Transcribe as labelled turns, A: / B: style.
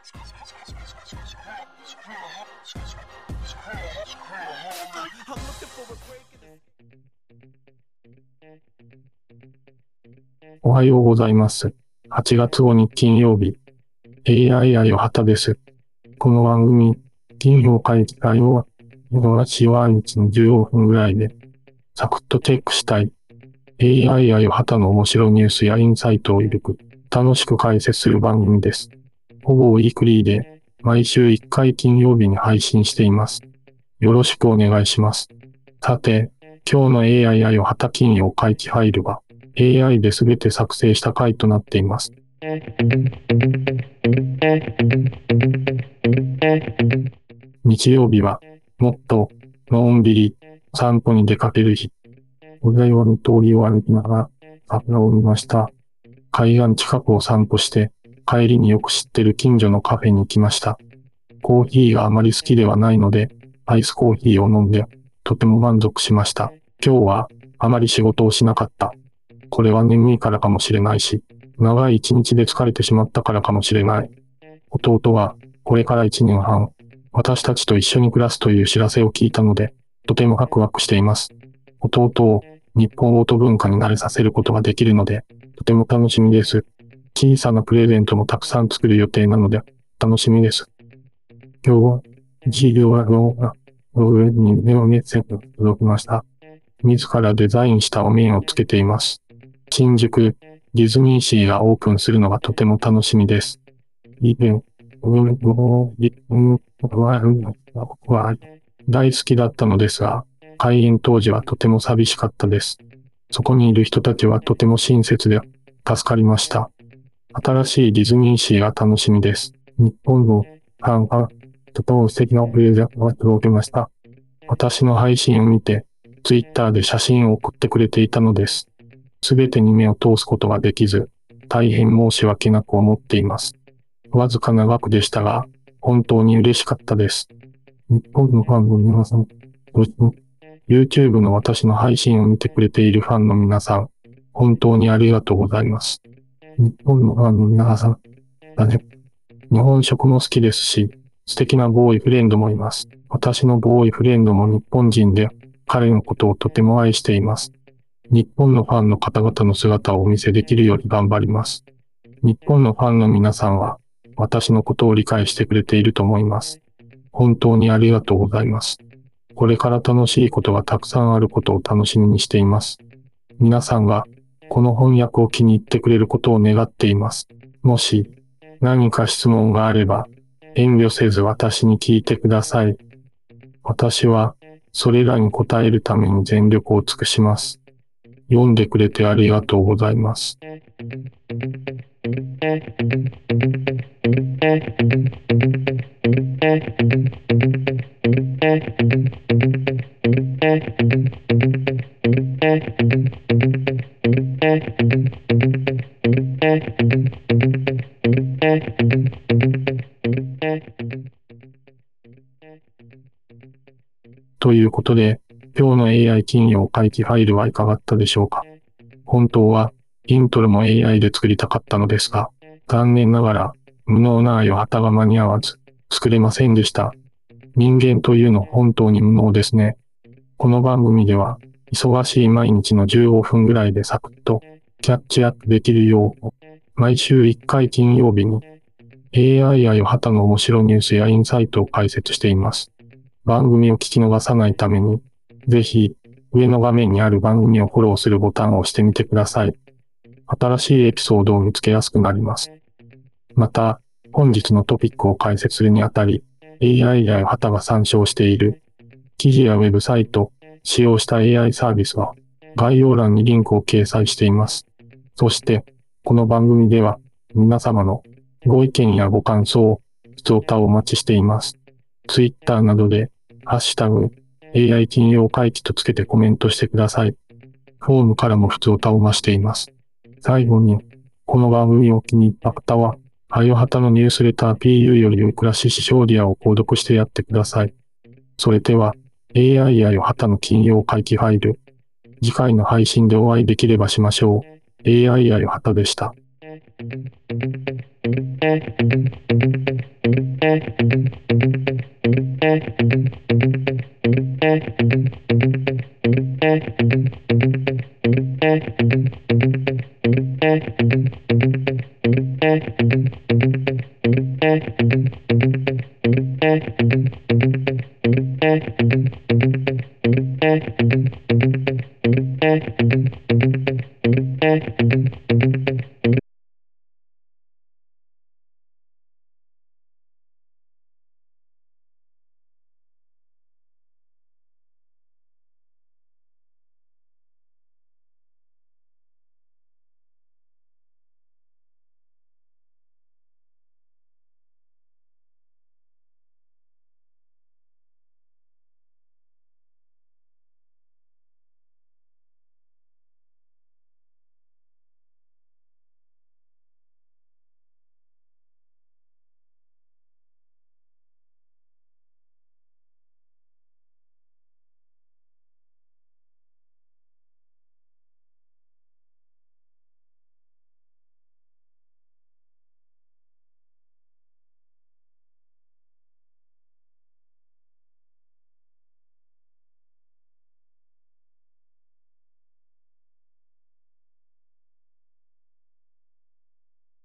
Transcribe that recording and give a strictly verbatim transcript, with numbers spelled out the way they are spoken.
A: おはようございます。はちがつごにち金曜日、エーアイ 愛を旗です。この番組、金曜会議会を、私はいちにじゅうごふんぐらいで、サクッとチェックしたい、エーアイ 愛を旗の面白ニュースやインサイトをゆるく、楽しく解説する番組です。ほぼウィークリーで、毎週いっかい金曜日に配信しています。よろしくお願いします。さて、今日の エーアイ 愛を旗金曜会議ファイルは、エーアイ で全て作成した回となっています。日曜日は、もっと、のんびり、散歩に出かける日。お台場の通りを歩きながら、桜を見ました。海岸近くを散歩して、帰りによく知ってる近所のカフェに行きました。コーヒーがあまり好きではないので、アイスコーヒーを飲んで、とても満足しました。今日は、あまり仕事をしなかった。これは眠いからかもしれないし、長い一日で疲れてしまったからかもしれない。弟は、これから一年半、私たちと一緒に暮らすという知らせを聞いたので、とてもワクワクしています。弟を日本オート文化に慣れさせることができるので、とても楽しみです。小さなプレゼントもたくさん作る予定なので、楽しみです。今日は、授業はローが、上に目を熱線が届きました。自らデザインしたお面をつけています。新宿、ディズニーシーがオープンするのがとても楽しみです。以前、大好きだったのですが、開園当時はとても寂しかったです。そこにいる人たちはとても親切で助かりました。新しいディズニーシーが楽しみです。日本のファンがとても素敵なプレゼントを届けました。私の配信を見て、ツイッターで写真を送ってくれていたのです。すべてに目を通すことができず、大変申し訳なく思っています。わずかな額でしたが、本当に嬉しかったです。日本のファンの皆さん、YouTube の私の配信を見てくれているファンの皆さん、本当にありがとうございます。日本のファンの皆さん、だね。日本食も好きですし、素敵なボーイフレンドもいます。私のボーイフレンドも日本人で、彼のことをとても愛しています。日本のファンの方々の姿をお見せできるように頑張ります。日本のファンの皆さんは、私のことを理解してくれていると思います。本当にありがとうございます。これから楽しいことがたくさんあることを楽しみにしています。皆さんが、この翻訳を気に入ってくれることを願っています。もし、何か質問があれば、遠慮せず私に聞いてください。私は、それらに答えるために全力を尽くします。読んでくれてありがとうございます。ということで、今日の エーアイ 金曜会議ファイルはいかがだったでしょうか。本当は、イントロも エーアイ で作りたかったのですが、残念ながら、無能な愛を旗が間に合わず、作れませんでした。人間というのは本当に無能ですね。この番組では、忙しい毎日のじゅうごふんぐらいでサクッと、キャッチアップできるよう、毎週いっかい金曜日に、エーアイ 愛を旗の面白ニュースやインサイトを解説しています。番組を聞き逃さないために、ぜひ、上の画面にある番組をフォローするボタンを押してみてください。新しいエピソードを見つけやすくなります。また、本日のトピックを解説するにあたり、エーアイ や旗が参照している記事やウェブサイト、使用した エーアイ サービスは概要欄にリンクを掲載しています。そして、この番組では皆様のご意見やご感想、普通歌をお待ちしています。Twitter などで、ハッシュタグ、エーアイ 金曜会議とつけてコメントしてください。フォームからも普通歌を増しています。最後に、この番組を気に入った方は、はよはたのニュースレター ピーユー よりゆくらしし勝利アを購読してやってください。それでは、エーアイ やよはたの金曜会議ファイル。次回の配信でお会いできればしましょう。エーアイ やよはたでした。